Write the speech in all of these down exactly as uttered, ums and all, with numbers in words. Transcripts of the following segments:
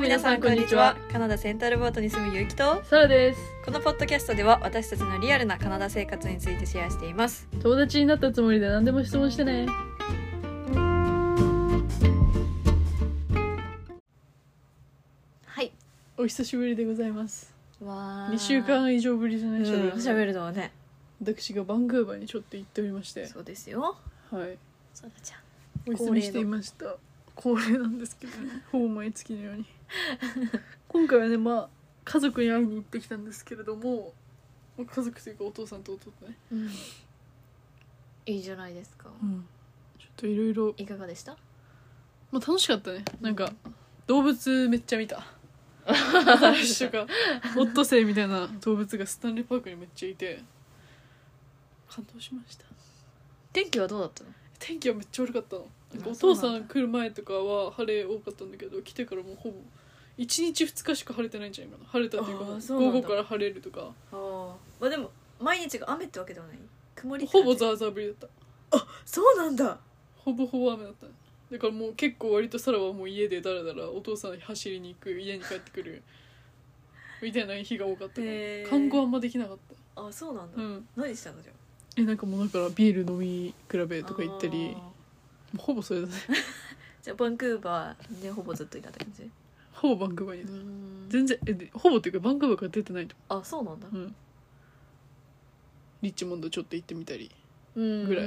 皆さんこんにちは。カナダセンタルボートに住むゆうきとサラです。 このポッドキャストでは私たちのリアルなカナダ生活についてシェアしています。 友達になったつもりで何でも質問してね。 はい、 お久しぶりでございます。 わにしゅうかん以上ぶりじゃない、しゃべるしゃべるのはね。 私がバンクーバーにちょっと行っておりまして、 そうですよ。 はい、 そうだちゃんお休みしていました。恒例なんですけどね、ほぼ毎月のように今回はね、まあ家族に会いに行ってきたんですけれども、家族というかお父さんと弟ね、 うん、いいじゃないですか、 うん、ちょっといろいろいかがでした？ まあ楽しかったね。なんか動物めっちゃ見た私とかオットセイみたいな動物がスタンレーパークにめっちゃいて感動しました。 天気はどうだったの？ 天気はめっちゃ悪かったの。なんかおあ、そうなんだ。 父さん来る前とかは晴れ多かったんだけど、来てからもうほぼいちにちふつかしか晴れてないんじゃないかな。晴れたっていうかあーそうなんだ。 午後から晴れるとか、 あー、まあでも毎日が雨ってわけではない、曇りって感じ。 ほぼザーザー降りだった。 あ、そうなんだ。 ほぼほぼ雨だった。だからもう結構割とサラはもう家でだらだらお父さん走りに行く、家に帰ってくるみたいな日が多かったからへー観光あんまできなかった。 あ、そうなんだ、 うん、 何したのじゃあ？ えなんかもうだからビール飲み比べとか行ったり、もうほぼそれだねじゃあバンクーバーでほぼずっといたって感じ？ ほぼバンクーバーにいた。 うん、 全然えでほぼっていうかバンクーバーから出てないと。 あ、そうなんだ。 うん、リッチモンドちょっと行ってみたりぐぐらい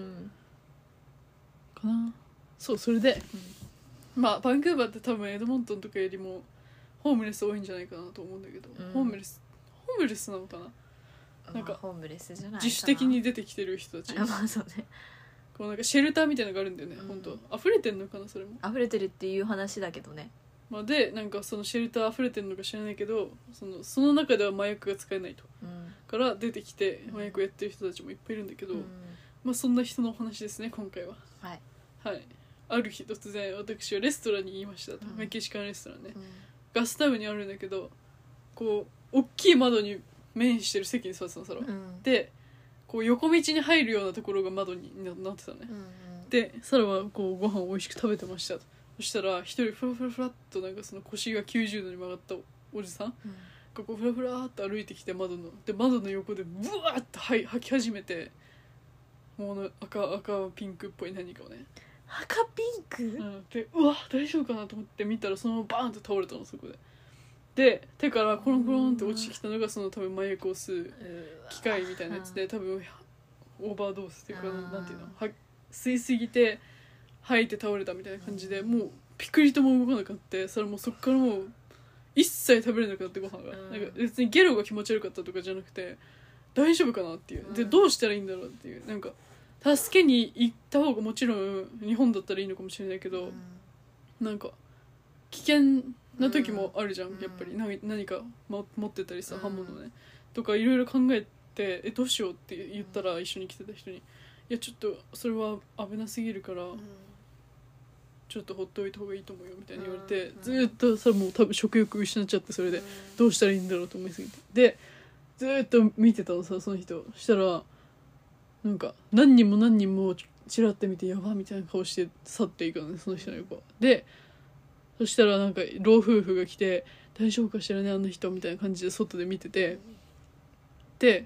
かな。そう、それで、うん、まあバンクーバーって多分エドモントンとかよりもホームレス多いんじゃないかなと思うんだけど、うん、ホームレスホームレスなのかな、なんかホームレスじゃないかな、 自主的に出てきてる人たち、 あ、まあそうね、 こうなんかシェルターみたいなのがあるんだよね、うん、本当溢れてんのかな、それも溢れてるっていう話だけどね。 まあ、でなんかそのシェルター溢れてるのか知らないけど、そのその中では麻薬が使えないと、うん、から出てきて麻薬をやってる人たちもいっぱいいるんだけど、うん、まあそんな人のお話ですね今回は。 はい、 はい、ある日突然私はレストランに言いましたと、うん、メキシカンレストランね、うん、ガスタブにあるんだけど、こう大きい窓に面してる席に座ってたの、そら、うん、でこう横道に入るようなところが窓になってたね、うんうん、でサラはこうご飯を美味しく食べてましたと。そしたら一人フラフラフラっとなんかその腰がきゅうじゅうどに曲がったおじさんがこうフラフラっと歩いてきて、窓ので窓の横でブワーッと吐き始めて、もう赤赤ピンクっぽい何かをね、 赤ピンク、 うん、でうわ大丈夫かなと思って見たらそのままバーンと倒れたの、そこで。で手からコロンコロンって落ちてきたのがその多分麻薬を吸う機械みたいなやつで、多分オーバードースっていうかなんていうの、は吸いすぎて吐いて倒れたみたいな感じで、もうピクリとも動かなくなって、それもうそっからもう一切食べれなくなって、ご飯がなんか別にゲロが気持ち悪かったとかじゃなくて大丈夫かなっていう、でどうしたらいいんだろうっていう、なんか助けに行った方がもちろん日本だったらいいのかもしれないけど、なんか危険な時もあるじゃん、やっぱり何何か持ってたりさ、刃物ねとかいろいろ考えて、えどうしようって言ったら、一緒に来てた人に、いやちょっとそれは危なすぎるからちょっとほっておいた方がいいと思うよみたいに言われて、ずっとさもう多分食欲失っちゃって、それでどうしたらいいんだろうと思いすぎて、でずっと見てたのさ、その人。したらなんか何人も何人もチラって見て、やばみたいな顔して去っていくのね、その人の横で。そしたらなんか老夫婦が来て、大丈夫かしらねあの人みたいな感じで外で見てて、で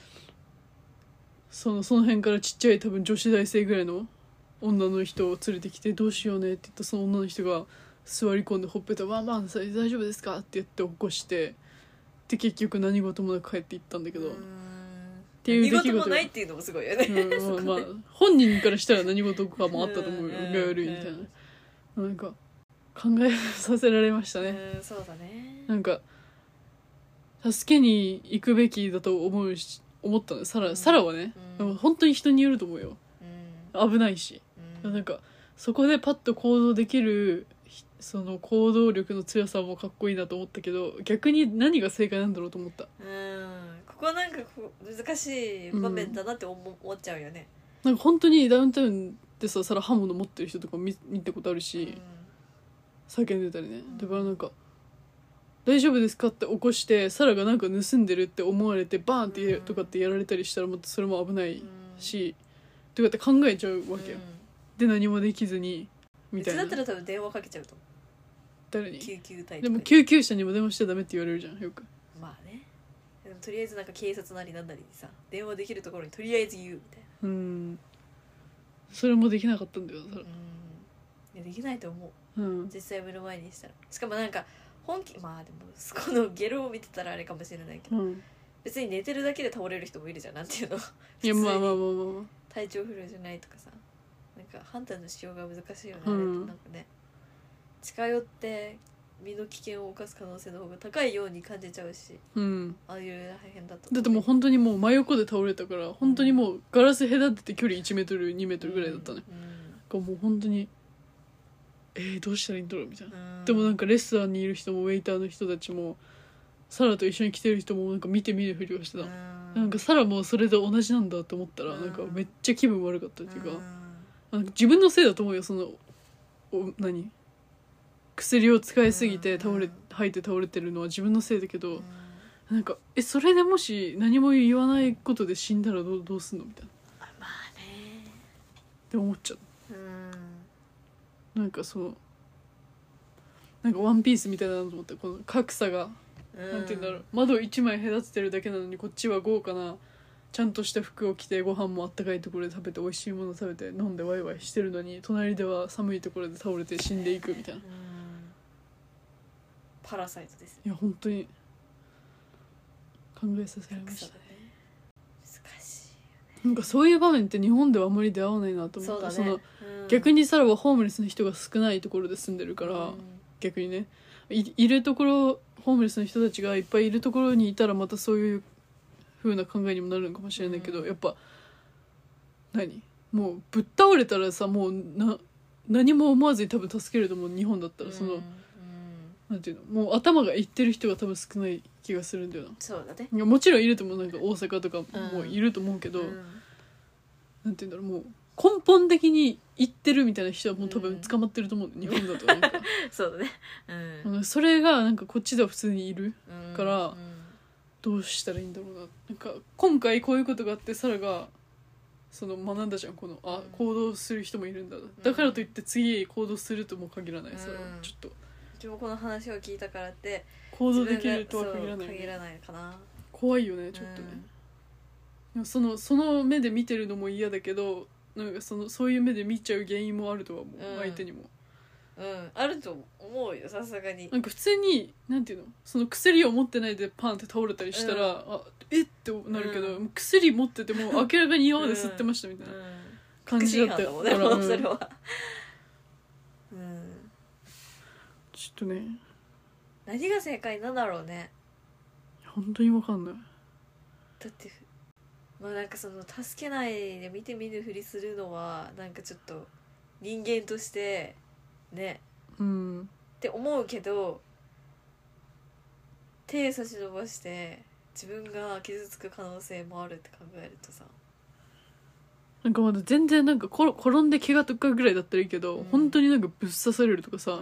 そのその辺からちっちゃい多分女子大生ぐらいの女の人を連れてきて、どうしようねって言ったその女の人が座り込んでほっぺたワンワンさ大丈夫ですかって言って起こして、で結局何事もなく帰っていったんだけど、っていう出来事何事もないっていうのもすごいよね、 うん、まあ、まあ本人からしたら何事かもあったと思うよ、具合悪いみたいな、なんか考えさせられましたね。 うん、そうだね。 なんか助けに行くべきだと思うし思ったのサラ、うん、サラはね、うん、本当に人によると思うよ、うん、危ないし、うん、なんかそこでパッと行動できるその行動力の強さもかっこいいなと思ったけど、逆に何が正解なんだろうと思った。 うん、ここはなんかこう難しい場面だなって思っちゃうよね、 うん、なんか本当にダウンタウンでさ、サラ刃物持ってる人とか 見, 見たことあるし、うん、叫んでたりね、だからなんか大丈夫ですかって起こしてサラがなんか盗んでるって思われてバーンってや、うん、とかってやられたりしたらもっとそれも危ないし、うん、とかって考えちゃうわけよ、うん、で何もできずにみたいな。 別だったら多分電話かけちゃうと。 誰に？ 救急隊とかでも救急車にも電話しちゃダメって言われるじゃんよく。 まあね。でもとりあえずなんか警察なりなんなりにさ電話できるところにとりあえず言うみたいな。 うんそれもできなかったんだよそれ。 うんいやできないと思う、 うん、 実際目の前にしたら。しかもなんか本気まあでもそこのゲロを見てたらあれかもしれないけど、 うん、 別に寝てるだけで倒れる人もいるじゃん。なんていうのいやまあまあまあまあまあ体調不良じゃないとかさ、なんか判断のしようが難しいよね、 うん、 あれってなんかね近寄って身の危険を冒す可能性の方が高いように感じちゃうし、 うん、 ああいう大変だっただってもう本当にもう真横で倒れたから本当にもうガラス隔てて距離いちメートルにメートルぐらいだったね、うんうん、もう本当にえー、どうしたらいいんだろうみたいな、うん、でもなんかレストランにいる人もウェイターの人たちもサラと一緒に来てる人もなんか見て見るふりをしてた、うん、なんかサラもそれで同じなんだと思ったら、うん、なんかめっちゃ気分悪かったっていうか、うん、なんか自分のせいだと思うよそのお何薬を使いすぎて倒れ、吐いて倒れてるのは自分のせいだけど、なんかえそれでもし何も言わないことで死んだらどう、どうすんのみたいな、 あまあねって思っちゃう。 うんなんかそのなんかワンピースみたいだなと思って、この格差が、うん、なんて言うんだろう、窓一枚隔ててるだけなのにこっちは豪華なちゃんとした服を着てご飯もあったかいところで食べて美味しいもの食べて飲んでワイワイしてるのに、隣では寒いところで倒れて死んでいくみたいな、うん、 パラサイトです。 いや本当に考えさせられましたね。 難しいよね。 なんかそういう場面って日本ではあんまり出会わないなと思った。そ、ね、その、うん、逆にサラはホームレスの人が少ないところで住んでるから、うん、逆にね い, いるところホームレスの人たちがいっぱいいるところにいたらまたそういう風な考えにもなるのかもしれないけど、うん、やっぱ何もうぶっ倒れたらさもうな何も思わずに多分助けると思う。日本だったらその、うん、なんていうのもう頭がいってる人が多分少ない気がするんだよな。 そうだね。 いやもちろんいると思う。なんか大阪とかもいると思うけど、うん、なんていうんだろうもう根本的に言ってるみたいな人はもう多分捕まってると思う、うん、日本だとなんかそうだね、 うん、それがなんかこっちでは普通にいるから、 うんうん、 どうしたらいいんだろうな。なんか今回こういうことがあってサラがその学んだじゃんこのあ、うん、行動する人もいるんだだからといって次行動するとも限らない、うん、それはちょっと自分この話を聞いたからって行動できるとは限らない、 限らないかな。 怖いよねちょっとね、うん、そのその目で見てるのも嫌だけどなんかそのそういう目で見ちゃう原因もあるとは思う、うん、相手にもうんあると思うよさすがに。 なんか普通になんていうのその薬を持ってないでパンって倒れたりしたら、うん、あえってなるけど、うん、薬持ってても明らかに今まで吸ってましたみたいな感じだったから、うんうん、それはうんちょっとね何が正解なんだろうね。 本当に分かんない。 だってまあなんかその助けないで見て見ぬふりするのはなんかちょっと人間としてね、 うん、 って思うけど手差し伸ばして自分が傷つく可能性もあるって考えるとさ、 なんかまだ全然なんか転んで怪我とかぐらいだったらいいけど、うん、本当になんかぶっ刺されるとかさ、うん、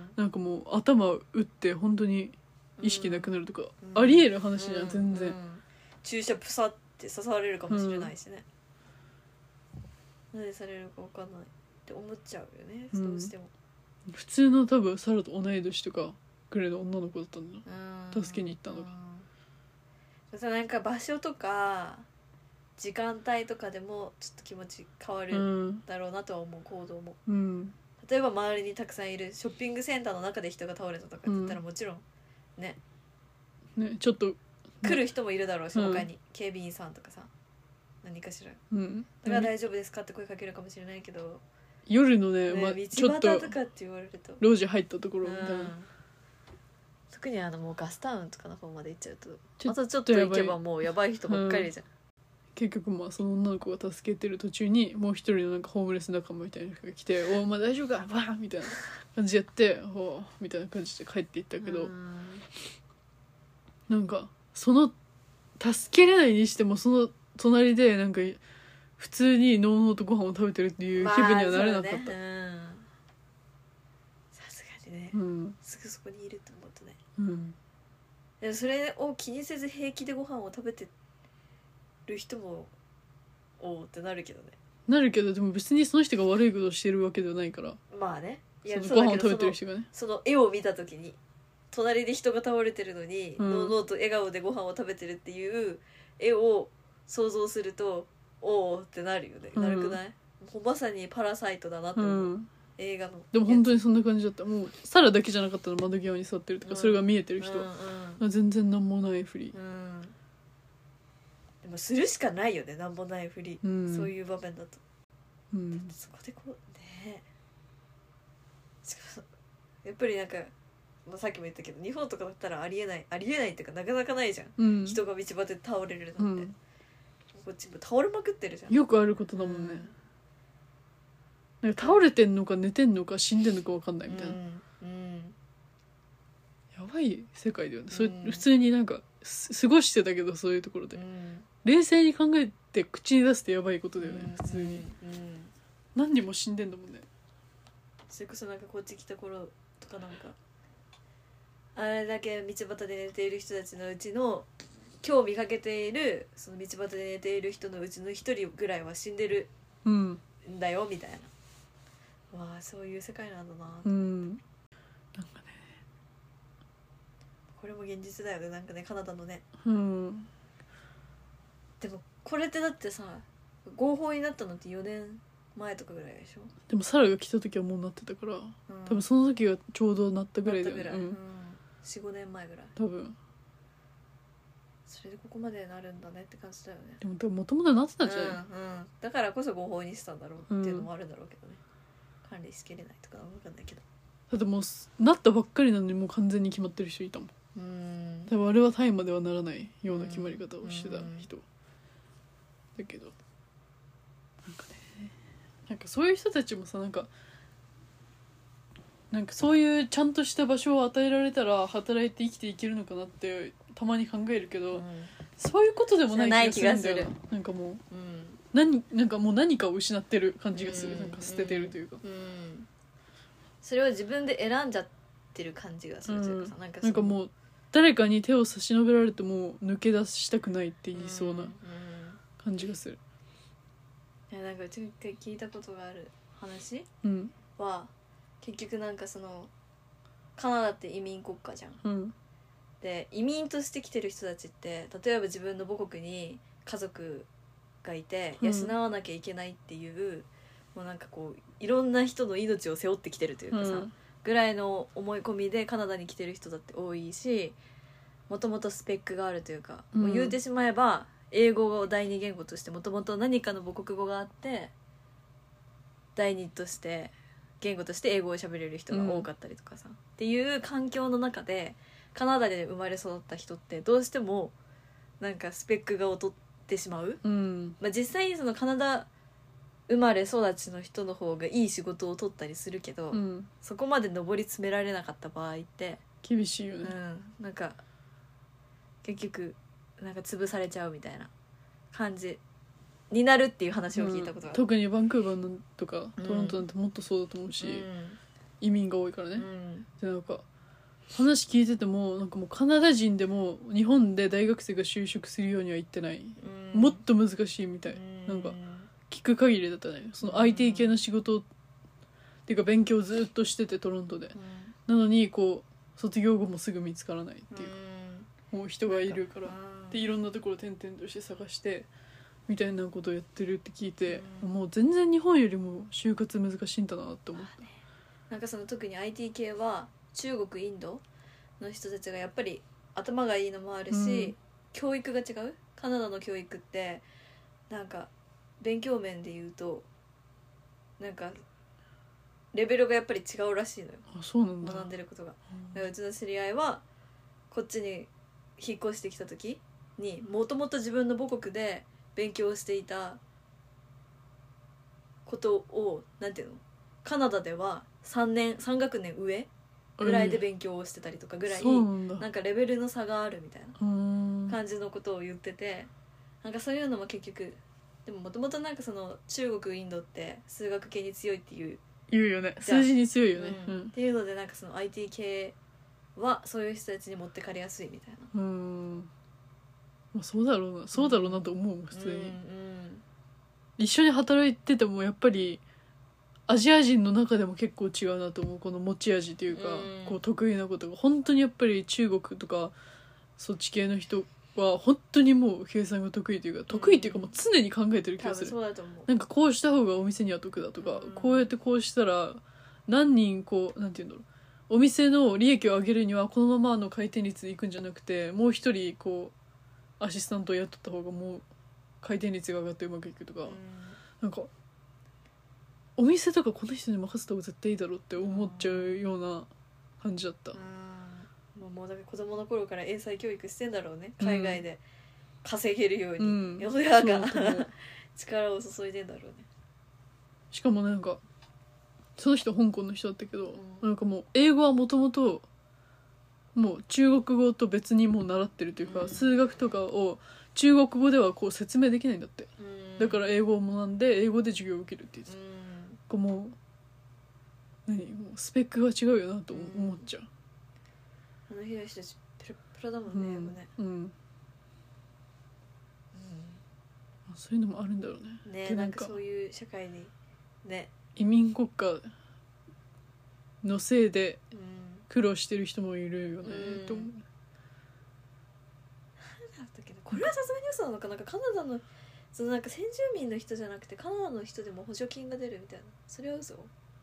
なんかもう頭打って本当に意識なくなるとか、うん、ありえる話じゃん、うん、全然、うん、 注射プサって刺されるかもしれないしね、うん、何されるか分かんないって思っちゃうよね、どうしても。 普通の多分サラと同い年とかぐらいの女の子だったんだ、うん、助けに行ったのが、 うん、なんか場所とか時間帯とかでもちょっと気持ち変わるだろうなとは思う、行動も、 うん、 例えば周りにたくさんいるショッピングセンターの中で人が倒れたとかって言ったらもちろんね、 ねちょっと来る人もいるだろうし、他に警備員さんとかさ何かしら、 うん、 だから大丈夫ですかって声かけるかもしれないけど、 夜のね、 ねま、 道端とかって言われると路地入ったところみたいな、 うん、特にあのもうガスタウンとかの方まで行っちゃうとまたちょっと行けばもうやばい人ばっかりじゃん、うん、 結局まあその女の子が助けてる途中にもう一人のなんかホームレス仲間みたいな人が来て「おお前大丈夫かバーン!」みたいな感じでやって「おみたいな感じで帰っていったけど、うん、なんかその助けれないにしてもその隣でなんか普通にのうのうとご飯を食べてるっていう気分にはなれなかった。 さすがにね、 うん、 すぐそこにいると思うとね、 うん、 でもそれを気にせず平気でご飯を食べてる人もおーってなるけどね。 なるけどでも別にその人が悪いことをしてるわけではないから。 まあね、 いやそのご飯を食べてる人がね。 その絵を見た時に隣で人が倒れてるのに、 うん、 のうのうと笑顔でご飯を食べてるっていう絵を想像するとおおってなるよね、うん、なるくない？もうまさにパラサイトだなって思う、うん、映画の。 でも本当にそんな感じだった。もうサラだけじゃなかったの、窓際に座ってるとか、うん、それが見えてる人、うんうん、全然なんもないふり、うん、 でもするしかないよね、なんもないふり、うん、そういう場面だと、うん、だってそこでこうね、やっぱりなんか、まあ、さっきも言ったけど日本とかだったらありえないありえないっていうかなかなかないじゃん、うん、人が道端で倒れるなんて、うん、こっちも倒れまくってるじゃん。 よくあることだもんね、うん、なんか倒れてんのか寝てんのか死んでんのか分かんないみたいな、うんうん、やばい世界だよね、うん、それ普通になんか過ごしてたけどそういうところで、うん、冷静に考えて口に出すとやばいことだよね、うん、普通に、うん、何人も死んでんだもんね。 それこそなんかこっち来た頃とかなんかあれだけ道端で寝ている人たちのうちの今日見かけているその道端で寝ている人のうちの一人ぐらいは死んでるんだよ、うん、みたいな。わあそういう世界なんだな、うん、なんかねこれも現実だよね、なんかねカナダのね、うん、でもこれってだってさ合法になったのってよねんまえとかぐらいでしょ。 でもサラが来た時はもうなってたから、うん、多分その時がちょうどなったぐらいだよね、うん、よん、 ごねんまえぐらい多分。 それでここまでなるんだねって感じだよね。 でももともとなってたんじゃない、うんうん、 だからこそ合法にしたんだろうっていうのもあるんだろうけどね、うん、管理しきれないとかわかんないけど、 だってもうなったばっかりなのにもう完全に決まってる人いたもん。うん、多分あれは大麻ではならないような決まり方をしてた人、うん、だけどなんかね、なんかそういう人たちもさ、なんかなんかそういうちゃんとした場所を与えられたら働いて生きていけるのかなってたまに考えるけど、うん、そういうことでもない気がするんだよな。なんかもう、うん、何なんかもう何かを失ってる感じがする、うん、なんか捨ててるというか、うん、 それを自分で選んじゃってる感じがするというかさ、 うん、なんかなんかもう誰かに手を差し伸べられても抜け出したくないって言いそうな感じがする、 うんうん、いやなんかうち一回聞いたことがある話、うん、は結局なんかそのカナダって移民国家じゃん、うん、で移民として来てる人たちって例えば自分の母国に家族がいて養わなきゃいけないっていう、うん、もうなんかこういろんな人の命を背負ってきてるというかさ、うん、ぐらいの思い込みでカナダに来てる人だって多いし、もともとスペックがあるというか、うん、もう言うてしまえば英語を第二言語としてもともと何かの母国語があって第二として言語として英語を喋れる人が多かったりとかさ、うん、っていう環境の中でカナダで生まれ育った人ってどうしてもなんかスペックが劣ってしまう、うんまあ、実際にそのカナダ生まれ育ちの人の方がいい仕事を取ったりするけど、うん、そこまで上り詰められなかった場合って厳しいよね、 うん、なんか結局なんか潰されちゃうみたいな感じになるっていう話を聞いたことがある、 うん、特にバンクーバーとかトロントなんてもっとそうだと思うし、うん、移民が多いからね、うん、でなんか話聞いててもなんかもうカナダ人でも日本で大学生が就職するようには言ってない、うん、もっと難しいみたい、うん、なんか聞く限りだったね、その アイティー 系の仕事っていうか勉強ずっとしててトロントで、うん、なのにこう卒業後もすぐ見つからないっていうか、うん、もう人がいるからでいろんなところ転々として探してみたいなことをやってるって聞いて、うん、もう全然日本よりも就活難しいんだなって思った、まあね、 なんかその特に アイティー 系は中国インドの人たちがやっぱり頭がいいのもあるし、うん、教育が違う。カナダの教育ってなんか勉強面で言うとなんかレベルがやっぱり違うらしいのよ。 あ、そうなんだ。 学んでることが、うん、だからうちの知り合いはこっちに引っ越してきた時にもともと自分の母国で勉強していたことをなんていうの、カナダではさんねんさん学年上ぐらいで勉強をしてたりとかぐらい、うん、なんかレベルの差があるみたいな感じのことを言ってて、なんかそういうのも結局でももともとなんかその中国インドって数学系に強いっていう言うよね、数字に強いよね、 うんうん、っていうのでなんかその アイティー 系はそういう人たちに持ってかれやすいみたいな。うーん、 まあ、そうだろうなそうだろうなと思う、普通に、うんうん、一緒に働いててもやっぱりアジア人の中でも結構違うなと思う、この持ち味というか、 うんこう得意なことが本当にやっぱり中国とかそっち系の人は本当にもう計算が得意というか、得意というかもう常に考えてる気多分がする。 そうだと思う。 なんかこうした方がお店には得だとか、 うんこうやってこうしたら何人こうなんていうんだろう、お店の利益を上げるにはこのままの回転率でいくんじゃなくて、もう一人こうアシスタントを雇った方がもう回転率が上がってうまくいくとか、 うんなんかお店とかこの人に任せた方が絶対いいだろうって思っちゃうような感じだった。 うんもうもうだから子供の頃から英才教育してんだろうね、海外で稼げるように、うん、世の中力を注いでんだろうね。 しかもなんかその人香港の人だったけど、うん、なんかもう英語はもともともう中国語と別にもう習ってるというか、うん、数学とかを中国語ではこう説明できないんだって、うん、だから英語を学んで英語で授業を受けるって言ってた、うん、もう何もうスペックが違うよなと思っちゃう、 うん、あの人たちペラペラだもんね、英語ね、 うん、うん、そういうのもあるんだろうね。 ね、なんかそういう社会にね、 移民国家のせいで苦労してる人もいるよね、うん、と思う。 これはさすがに嘘なのか。なんかカナダのそのなんか先住民の人じゃなくてカナダの人でも補助金が出るみたいな、それは嘘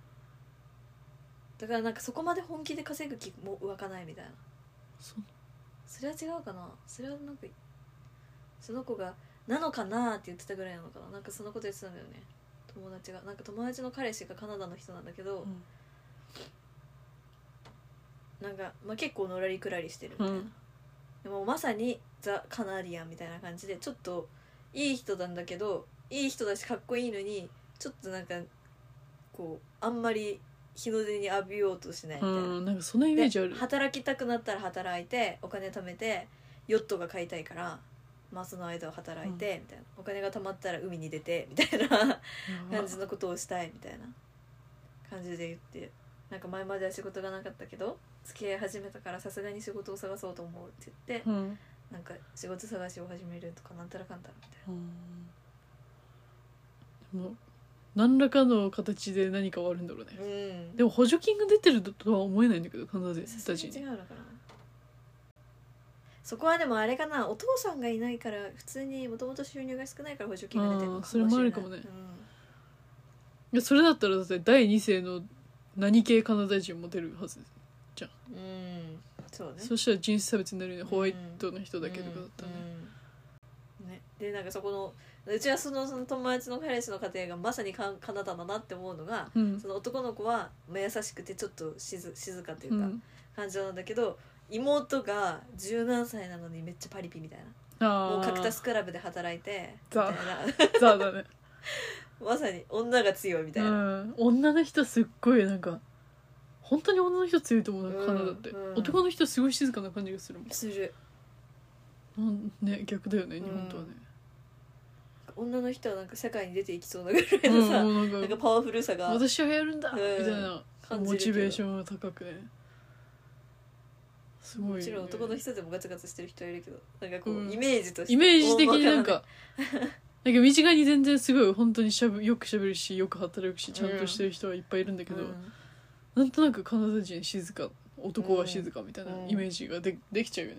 だから、なんかそこまで本気で稼ぐ気も湧かないみたいな。 そ, それは違うかな。それはなんかその子がなのかなって言ってたぐらいなのかな。なんかそのこと言ってたんだよね、友達が。なんか友達の彼氏がカナダの人なんだけど、うん、なんか、まあ、結構のらりくらりしてるみたいな、うん、でもまさにザ・カナディアンみたいな感じで、ちょっといい人なんだけど、いい人だしかっこいいのにちょっとなんかこうあんまり日の出に浴びようとしないみたいな、うん、 なんかそのイメージある。 働きたくなったら働いてお金貯めてヨットが買いたいから、まあ、その間を働いて、うん、みたいな、お金が貯まったら海に出てみたいな感じのことをしたいみたいな感じで言って、なんか前までは仕事がなかったけど付き合い始めたからさすがに仕事を探そうと思うって言って、うん、なんか仕事探しを始めるとかなんたらかんたらみたいな、 うん、でも何らかの形で何かはあるんだろうね、うん、でも補助金が出てるとは思えないんだけど、カナダ人に。 違うのかな。そこはでもあれかな、お父さんがいないから普通にもともと収入が少ないから補助金が出てるのかもしれない。 それもあるかもね、うん、いやそれだったらだってだいに世の何系カナダ人も出るはずじゃん、うん、そうね。そしたら人種差別になるよね、うん、ホワイトの人だけとかだったらね、 うんうん、ね。でなんかそこのうちはその、その友達の彼氏の家庭がまさにカナダだなって思うのが、うん、その男の子は優しくてちょっと静静かというか、うん、感じなんだけど、妹が十何歳なのにめっちゃパリピみたいな、もうカクタスクラブで働いてみたいなザだねまさに女が強いみたいな、うん、 女の人すっごいなんか本当に女の人強いと思う、うん、カナダって、うん、男の人すごい静かな感じがするもん。 するなんね、逆だよね日本とはね、 うん、女の人はなんか社会に出ていきそうなぐらいのさ、うん、なんか、なんかパワフルさが私はやるんだ、うん、みたいなモチベーションが高くね、すごい、ね、 もちろん男の人でもガツガツしてる人はいるけど、なんかこう、うん、イメージとしてイメージ的になんかなんか身近に全然すごい本当にしゃぶよくしゃべるしよく働くしちゃんとしてる人はいっぱいいるんだけど、うん、なんとなくカナダ人静か、男は静かみたいなイメージが で, できちゃうよね。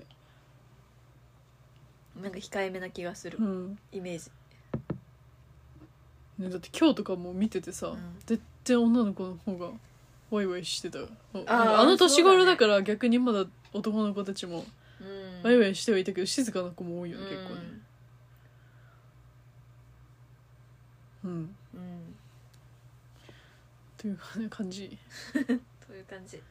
なんか控えめな気がする、うん、イメージ、 ね、だって今日とかも見ててさ、うん、絶対女の子の方がワイワイしてた。 あ, あの年頃だから逆にまだ男の子たちもワイワイしてはいたけど静かな子も多いよね、うん、結構ね、うん、うん、というか、ね、感じという感じ、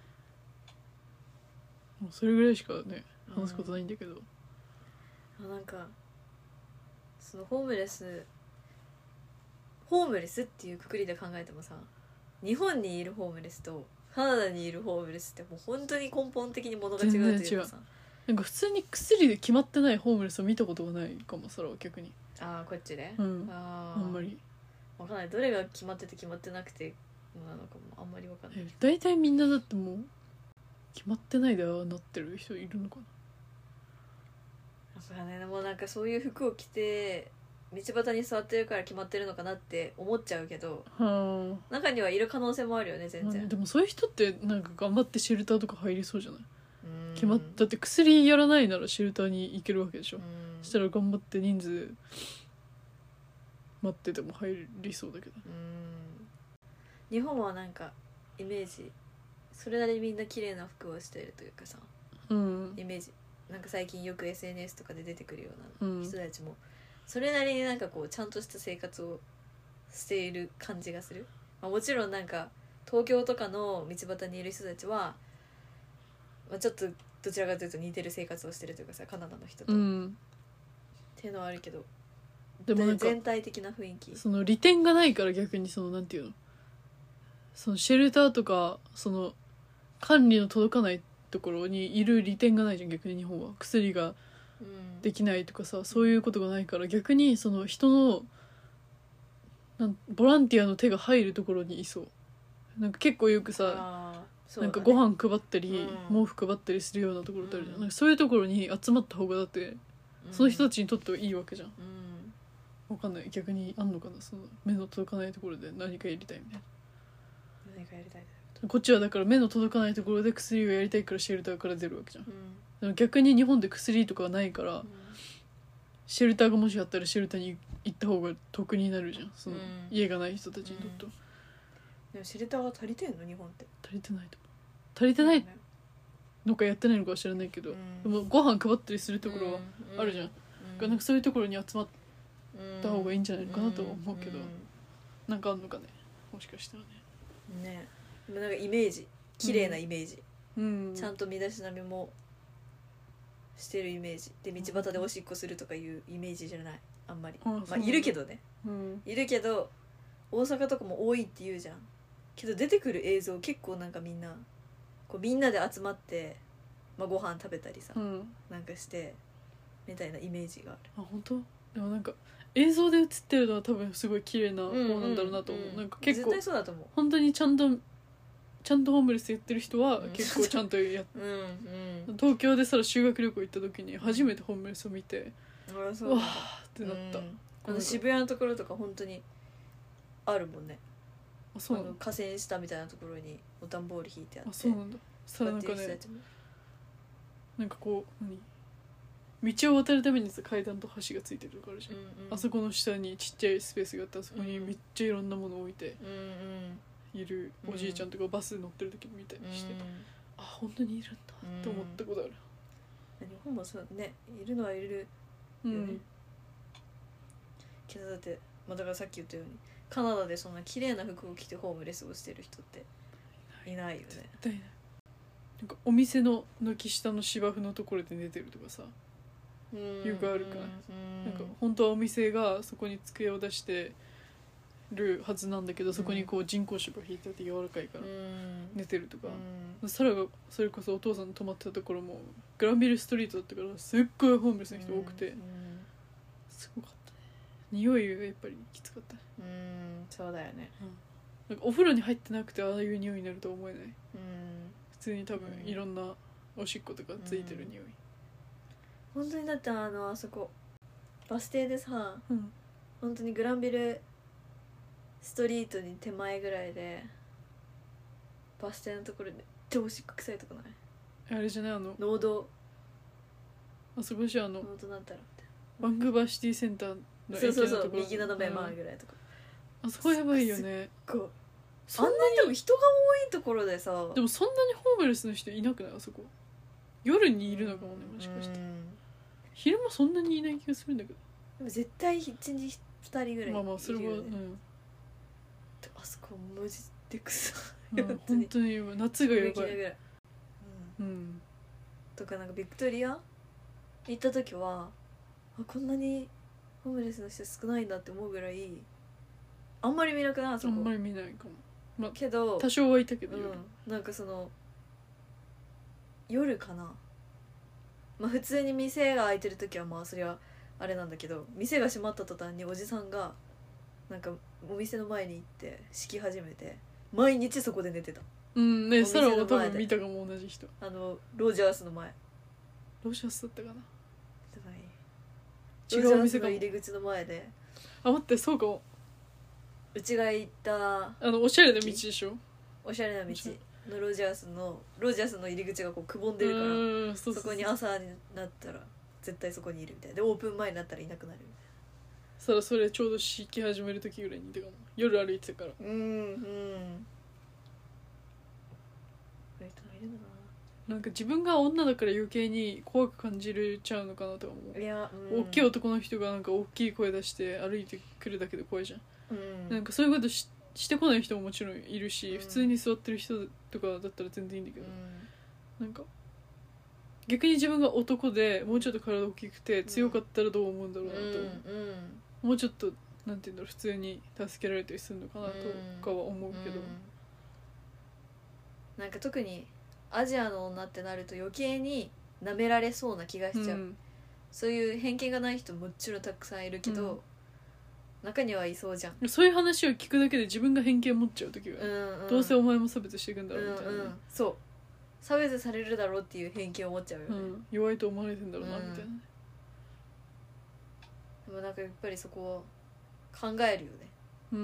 もうそれぐらいしかね話すことないんだけど、 うん、なんかそのホームレスホームレスっていうくくりで考えてもさ、日本にいるホームレスとカナダにいるホームレスってもう本当に根本的にものが違うというかさ、 なんか普通に薬で決まってないホームレスを見たことがないかも。それは逆にああこっちで、 うん、あ, あんまり分かんない、どれが決まってて決まってなくてなのかもあんまり分かんない。 大体みんなだってもう決まってないでなってる人いるのかな。 そうだね、でもなんかそういう服を着て道端に座ってるから決まってるのかなって思っちゃうけど、はあ、中にはいる可能性もあるよね全然。 でもそういう人ってなんか頑張ってシェルターとか入りそうじゃない？決まっだって薬やらないならシェルターに行けるわけでしょ。そしたら頑張って人数待ってても入りそうだけど。 うん、日本はなんかイメージそれなりにみんな綺麗な服をしているというかさ、うん、イメージなんか最近よく エスエヌエス とかで出てくるような人たちもそれなりになんかこうちゃんとした生活をしている感じがする、まあ、もちろんなんか東京とかの道端にいる人たちは、まあ、ちょっとどちらかというと似てる生活をしてるというかさカナダの人と、うん、っていうのはあるけど、でもなんか全体的な雰囲気その利点がないから逆にそのなんていうのそのシェルターとかその管理の届かないところにいる利点がないじゃん逆に日本は薬ができないとかさ、うん、そういうことがないから逆にその人のなんボランティアの手が入るところにいそうなんか結構よくさ、ね、なんかご飯配ったり、うん、毛布配ったりするようなところってあるじゃん、うん、なんかそういうところに集まった方がだってその人たちにとってはいいわけじゃん、うん、わかんない逆にあんのかなその目の届かないところで何かやりたいみたいな何かやりたいこっちはだから目の届かないところで薬をやりたいからシェルターから出るわけじゃん、うん、でも逆に日本で薬とかないから、うん、シェルターがもしあったらシェルターに行った方が得になるじゃんその、うん、家がない人たちにとって、うん、 でもシェルターは足りてんの日本って足りてないと思う足りてないのかやってないのかは知らないけど、うん、でもご飯配ったりするところはあるじゃん、うん、なんかそういうところに集まった方がいいんじゃないかなとは思うけど、うん、なんかあんのかねもしかしたらねねでもなんかイメージ綺麗なイメージ、うん、ちゃんと身だしなみもしてるイメージで道端でおしっこするとかいうイメージじゃないあんまり、うん、まあいるけどね、うん、いるけど大阪とかも多いって言うじゃんけど出てくる映像結構なんかみんなこうみんなで集まって、まあ、ご飯食べたりさ、うん、なんかしてみたいなイメージがある。 あ本当でもなんか映像で映ってるのは多分すごい綺麗な方なんだろうなと思う、うんうん、なんか結構絶対そうだと思う本当にちゃんとちゃんとホームレスやってる人は結構ちゃんとやっ、うんうん、東京でさ修学旅行行った時に初めてホームレスを見て、うん、わーってなった、うん、 あの渋谷のところとか本当にあるもんねあそうあの河川下みたいなところにお段ボール引いてあってあそうなんださあなんかねなんかこう何道を渡るためにさ階段と橋がついてるとこあるじゃん、うんうん、あそこの下にちっちゃいスペースがあってあそこにめっちゃいろんなものを置いて、うんうんいるおじいちゃんとかバス乗ってる時も見たりして、うん、あ本当にいるんだって思ったことある、 うん、日本もそうねいるのはいるよね、うん、けどだって、まあ、だからさっき言ったようにカナダでそんな綺麗な服を着てホームレスをしてる人っていないよね絶対ないなんかお店の軒下の芝生のところで寝てるとかさよくあるからなんか本当はお店がそこに机を出してるはずなんだけどそこにこう人工芝引いてあって柔らかいから寝てるとか、うん、サラがそれこそお父さんの泊まってたところもグランビルストリートだったからすっごいホームレスの人多くて、うん、すごかったね匂いがやっぱりきつかったうんそうだよね、うん、 なんかお風呂に入ってなくてああいう匂いになるとは思えない、うん、普通に多分いろんなおしっことかついてる匂い、 うん、本当にだってあのあそこバス停でさ、うん、本当にグランビルストリートに手前ぐらいでバス停のところでめっちゃおしっこ臭いとこないあれじゃないあの農道あそこじゃあの農道なんだろうってバンクーバーシティセンターの駅のところそうそうそう右斜め前ぐらいとか、 うん、あそこやばいよねあんなにでも人が多いところでさでもそんなにホームレスの人いなくないあそこ夜にいるのかもねもしかして昼間そんなにいない気がするんだけどでも絶対いちにちふたりぐらいいるよねまあまあそれはうんあそこマジで臭い、うん、本当に夏がやばい、うんうん、とかなんかビクトリア行った時はあこんなにホームレスの人少ないんだって思うぐらいあんまり見なくないあそこあんまり見ないかも、まあ、 けど多少はいたけど、 うん、なんかその夜かなまあ普通に店が開いてる時はまあそれはあれなんだけど店が閉まった途端におじさんがなんかお店の前に行って敷き始めて毎日そこで寝てたうんねサラも多分見たかも同じ人あのロジャースの前ロジャースだったかなロジャースの入り口の前であ待ってそうかもうちが行ったあのおしゃれな道でしょおしゃれな道のロジャースのロジャースの入り口がこうくぼんでるからそこに朝になったら絶対そこにいるみたいなでオープン前になったらいなくなるみたいなそれそれちょうど敷き始める時ぐらいにいたかな夜歩いてたからうんうんなんか自分が女だから余計に怖く感じるちゃうのかなと思う。 いや、 うん、大きい男の人がなんか大きい声出して歩いてくるだけで怖いじゃん、うん、なんかそういうこと し, してこない人ももちろんいるし、うん、普通に座ってる人とかだったら全然いいんだけど、うん、なんか逆に自分が男でもうちょっと体大きくて強かったらどう思うんだろうなと思う、うんうん、もうちょっとなんていうんだろう普通に助けられたりするのかなとかは思うけど、うんうん、 なんか特にアジアの女ってなると余計に舐められそうな気がしちゃう、うん、そういう偏見がない人もちろんたくさんいるけど、うん、中にはいそうじゃんそういう話を聞くだけで自分が偏見を持っちゃう時が、うんうん、どうせお前も差別していくんだろうみたいな、うんうん、 そう差別されるだろうっていう偏見を持っちゃうよね、うん、 弱いと思われてんだろうなみたいな、うん、 でもなんかやっぱりそこは考えるよね、うん、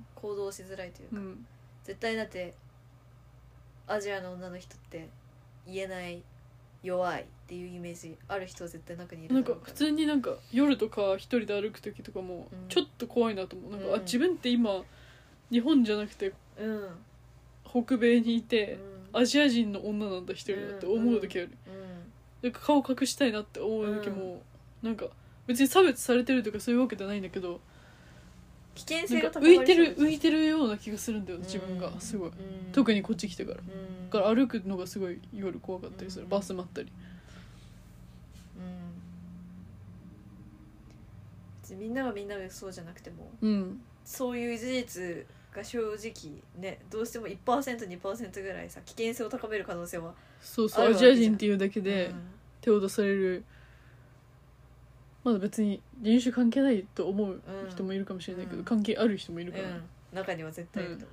行動しづらいというか、うん、絶対だってアジアの女の人って言えない弱いっていうイメージある人は絶対中にいるなんか普通になんか夜とか一人で歩く時とかもちょっと怖いなと思う、うん、なんかあ自分って今日本じゃなくて、うん、北米にいて、うん、アジア人の女なんだ一人だって思う時ある、うんうん、なんか顔隠したいなって思う時も、うん、なんか別に差別されてるとかそういうわけじゃないんだけど危険性が高まりそう浮いてる浮いてるような気がするんだよ自分がすごい、うん、特にこっち来てから、うん、だから歩くのがすごい夜怖かったりする、うん、バス待ったり、 うん、みんながみんながそうじゃなくても、うん、そういう事実が正直ねどうしても いちパーセント、にパーセント ぐらいさ危険性を高める可能性はそうそうアジア人っていうだけで手を出される、まだ別に人種関係ないと思う人もいるかもしれないけど、うん、関係ある人もいるから、うん、 中には絶対いると、うん、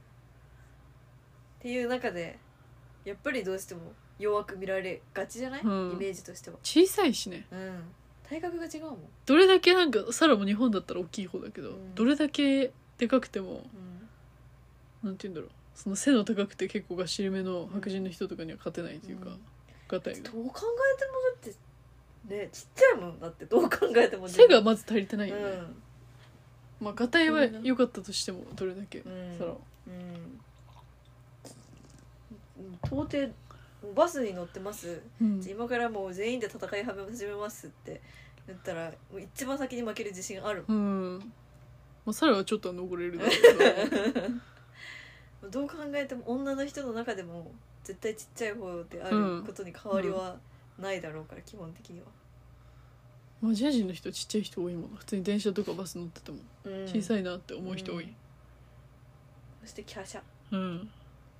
っていう中でやっぱりどうしても弱く見られがちじゃない、うん、イメージとしては小さいしね、 うん、体格が違うもんどれだけなんかサラも日本だったら大きい方だけど、うん、どれだけでかくても、うん、なんて言うんだろうその背の高くて結構がっしりめの白人の人とかには勝てないというか、がたいがどう考えてもだってね、ちっちゃいもんだってどう考えても背がまず足りてないよね、うん、まあがたいは良かったとしてもどれだけ、うん、そら、 うん、到底バスに乗ってます、うん、今からもう全員で戦い始めますって言ったらもう一番先に負ける自信ある、うんまあ、サラはちょっとは残れるだろうどう考えても女の人の中でも絶対ちっちゃい方であることに変わりはないだろうから、うん、基本的にはアジア人の人ちっちゃい人多いもん普通に電車とかバス乗ってても、うん、小さいなって思う人多い、うん、 そして華奢うん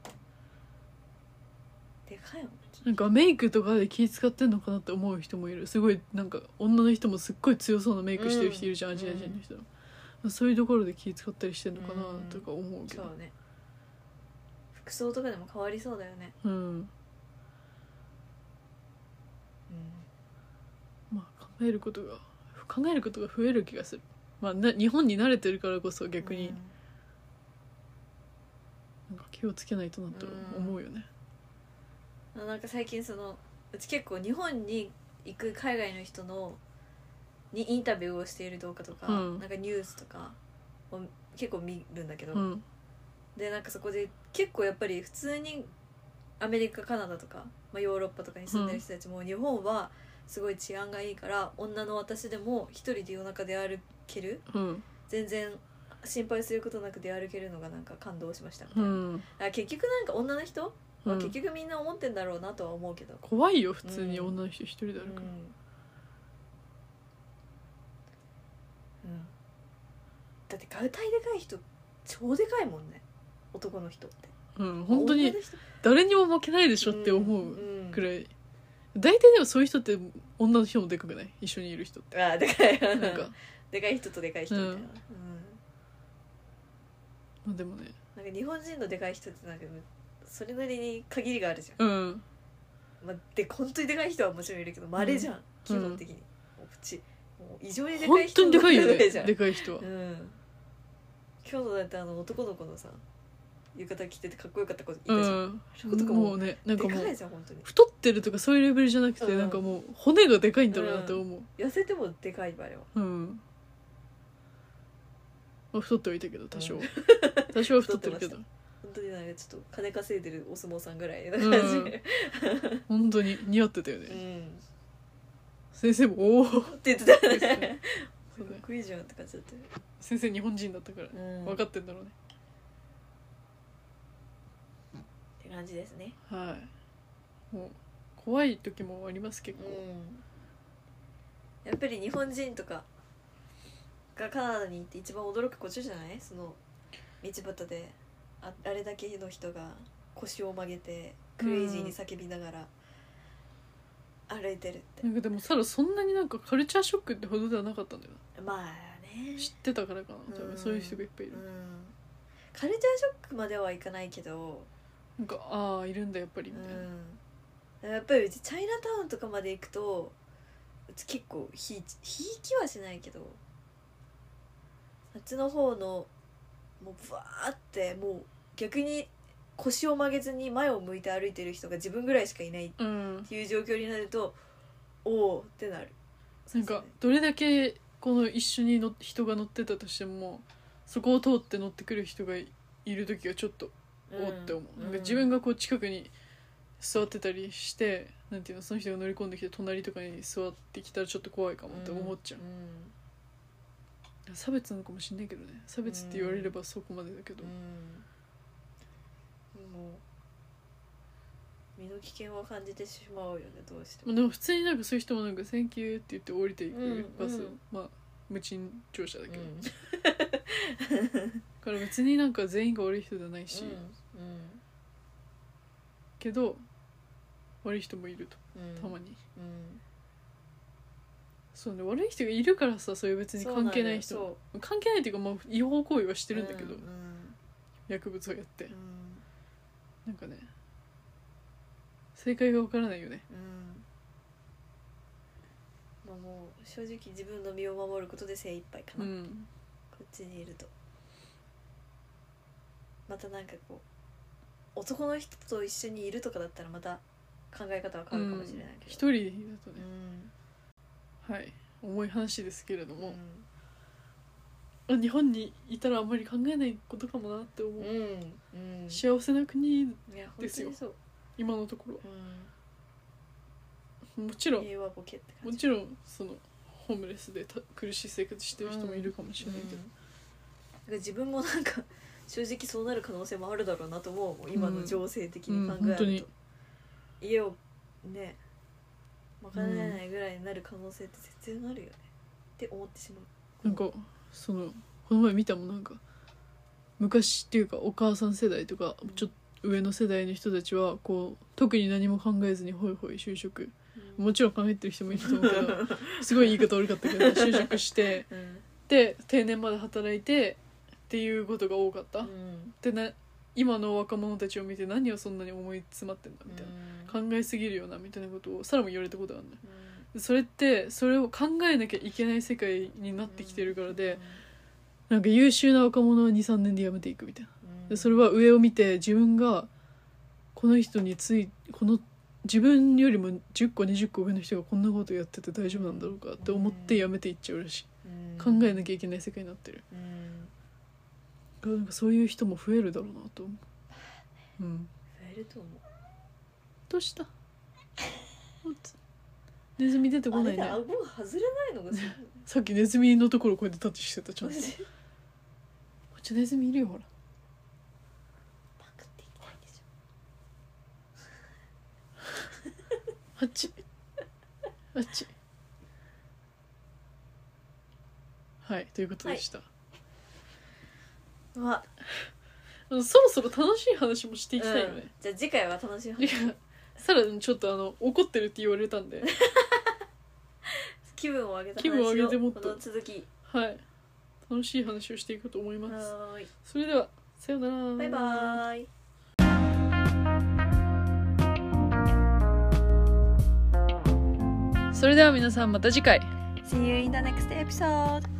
でかいもんなんかメイクとかで気使ってんのかなって思う人もいるすごいなんか女の人もすっごい強そうなメイクしてる人いるじゃん、うん、アジア人の人、うん、そういうところで気使ったりしてんのかなとか思うけど、うん、そうね服装とかでも変わりそうだよねうん、うん、 まあ考えることが考えることが増える気がするまあな日本に慣れてるからこそ逆に、うん、なんか気をつけないとなと思うよね、 うん、なんか最近そのうち結構日本に行く海外の人のにインタビューをしている動画とか、うん、なんかニュースとかを結構見るんだけど、うん、でなんかそこで結構やっぱり普通にアメリカカナダとか、まあ、ヨーロッパとかに住んでる人たちも、うん、日本はすごい治安がいいから女の私でも一人で夜中で歩ける、うん、全然心配することなく出歩けるのがなんか感動しましたみたいな、うん、あ結局なんか女の人は結局みんな思ってんだろうなとは思うけど、 怖いよ普通に女の人一人で歩く、うんうん、 だってガウタイでかい人超でかいもんね男の人ってうん本当に誰にも負けないでしょって思うくらい、うんうん大体でもそういう人って女の人もでかくない一緒にいる人ってああでかいなんかでかい人とでかい人みたいな、うんうん、 まあでもねなんか日本人のでかい人ってなんかそれなりに限りがあるじゃん、うんまあ、で本当にでかい人はもちろんいるけど稀じゃん、うん、基本的に、うん、もうプチもう異常にでかい人本当にでかいよねでかい人は、 うん、今日のだってあの男の子のさ浴衣着ててかっこよかった子いたじゃん、うん、そことかもうねなんかもう太ってるとかそういうレベルじゃなくて、うん、なんかもう骨がでかいんだろうなって思う、 うん、痩せてもでかいわよ、 うん、まあ、太ってはいたけど多少、うん、多少は太ってるけど本当になんかちょっと金稼いでるお相撲さんぐらいな感じ、うん、 本当に似合ってたよね、 うん、 先生もおおって言ってたよねかっこいいじゃんって感じだったよ。 先生日本人だったから、うん、分かってんだろうねって感じですね。 はい、もう怖い時もあります結構、うん、 やっぱり日本人とかがカナダに行って一番驚くことじゃない？その道端で あ, あれだけの人が腰を曲げてクレイジーに叫びながら歩いてるって、 うん、なんかでもサラそんなになんかカルチャーショックってほどではなかったんだよ。 まあね、 知ってたからかな多分、うん、そういう人がいっぱいいる、うん、 カルチャーショックまではいかないけどなんかああいるんだやっぱりみたいな、うん、やっぱりうちチャイナタウンとかまで行くとうち結構ひいひいきはしないけどあっちの方のもうブワーってもう逆に腰を曲げずに前を向いて歩いてる人が自分ぐらいしかいないっていう状況になると、うん、おおってなる。 なんかどれだけこの一緒にの人が乗ってたとしてもそこを通って乗ってくる人がいる時がちょっとおって思う、うん、なんか自分がこう近くに座ってたりしてなんていうのその人が乗り込んできて隣とかに座ってきたらちょっと怖いかもって思っちゃう、うん、差別なのかもしれないけどね差別って言われればそこまでだけど、うんうん、もう身の危険を感じてしまうよねどうしても。 でも普通になんかそういう人もなんかセンキューって言って降りていくバス、うんうん、まあ無賃乗車だけど、うん、だから別になんか全員が悪い人じゃないし、うんうん、けど悪い人もいると、うん、たまに、うん、そうね悪い人がいるからさそういう別に関係ない人関係ないっていうかまあ違法行為はしてるんだけど、うんうん、薬物をやって、うん、なんかね正解が分からないよね、 うん、まあ、もう正直自分の身を守ることで精一杯かな、うん、こっちにいるとまたなんかこう男の人と一緒にいるとかだったらまた考え方は変わるかもしれないけど、 うん、一人だとね、うん、はい重い話ですけれども、うん、日本にいたらあんまり考えないことかもなって思う、うんうん、幸せな国ですよ今のところ、うん、もちろん平和ボケって感じもちろんそのホームレスで苦しい生活してる人もいるかもしれないけど、 うんうん、自分もなんか正直そうなる可能性もあるだろうなと思う今の情勢的に考えると、うんうん、家をね賄えないぐらいになる可能性って絶対あるよね、うん、って思ってしまう。 なんかそのこの前見たもんなんか昔っていうかお母さん世代とか、うん、ちょっと上の世代の人たちはこう特に何も考えずにホイホイ就職、うん、もちろん考えてる人もいると思うけどすごい言い方悪かったけど就職して、うん、で定年まで働いてっていうことが多かった、うん、でね今の若者たちを見て何をそんなに思い詰まってんだみたいな、うん、考えすぎるよなみたいなことをサラも言われたことがあるね、うん、それってそれを考えなきゃいけない世界になってきてるからで、うん、なんか優秀な若者は にさんねんで辞めていくみたいな、うん、でそれは上を見て自分がこの人についこの自分よりもじゅっこにじゅっこ上の人がこんなことやってて大丈夫なんだろうかって思って辞めていっちゃうらしい、うん、考えなきゃいけない世界になってる、うん、なんかそういう人も増えるだろうなと思う、うん、増えると思う。 どうしたネズミ出てこないね。 あれで顎が外れないのがすごいさっきネズミのところこうやってタッチしてたちゃんとこっちネズミいるよほらパクっていきたいんでしょあっちあっちはいということでした、はい、まあそろそろ楽しい話もしていきたいよね、うん、 じゃあ次回は楽しい話さらにちょっとあの怒ってるって言われたんで気分を上げた話を気分を上げてもっとこの続きはい楽しい話をしていくと思います。はいそれではさようならバイバイ。 それでは皆さんまた次回 See you in the next episode!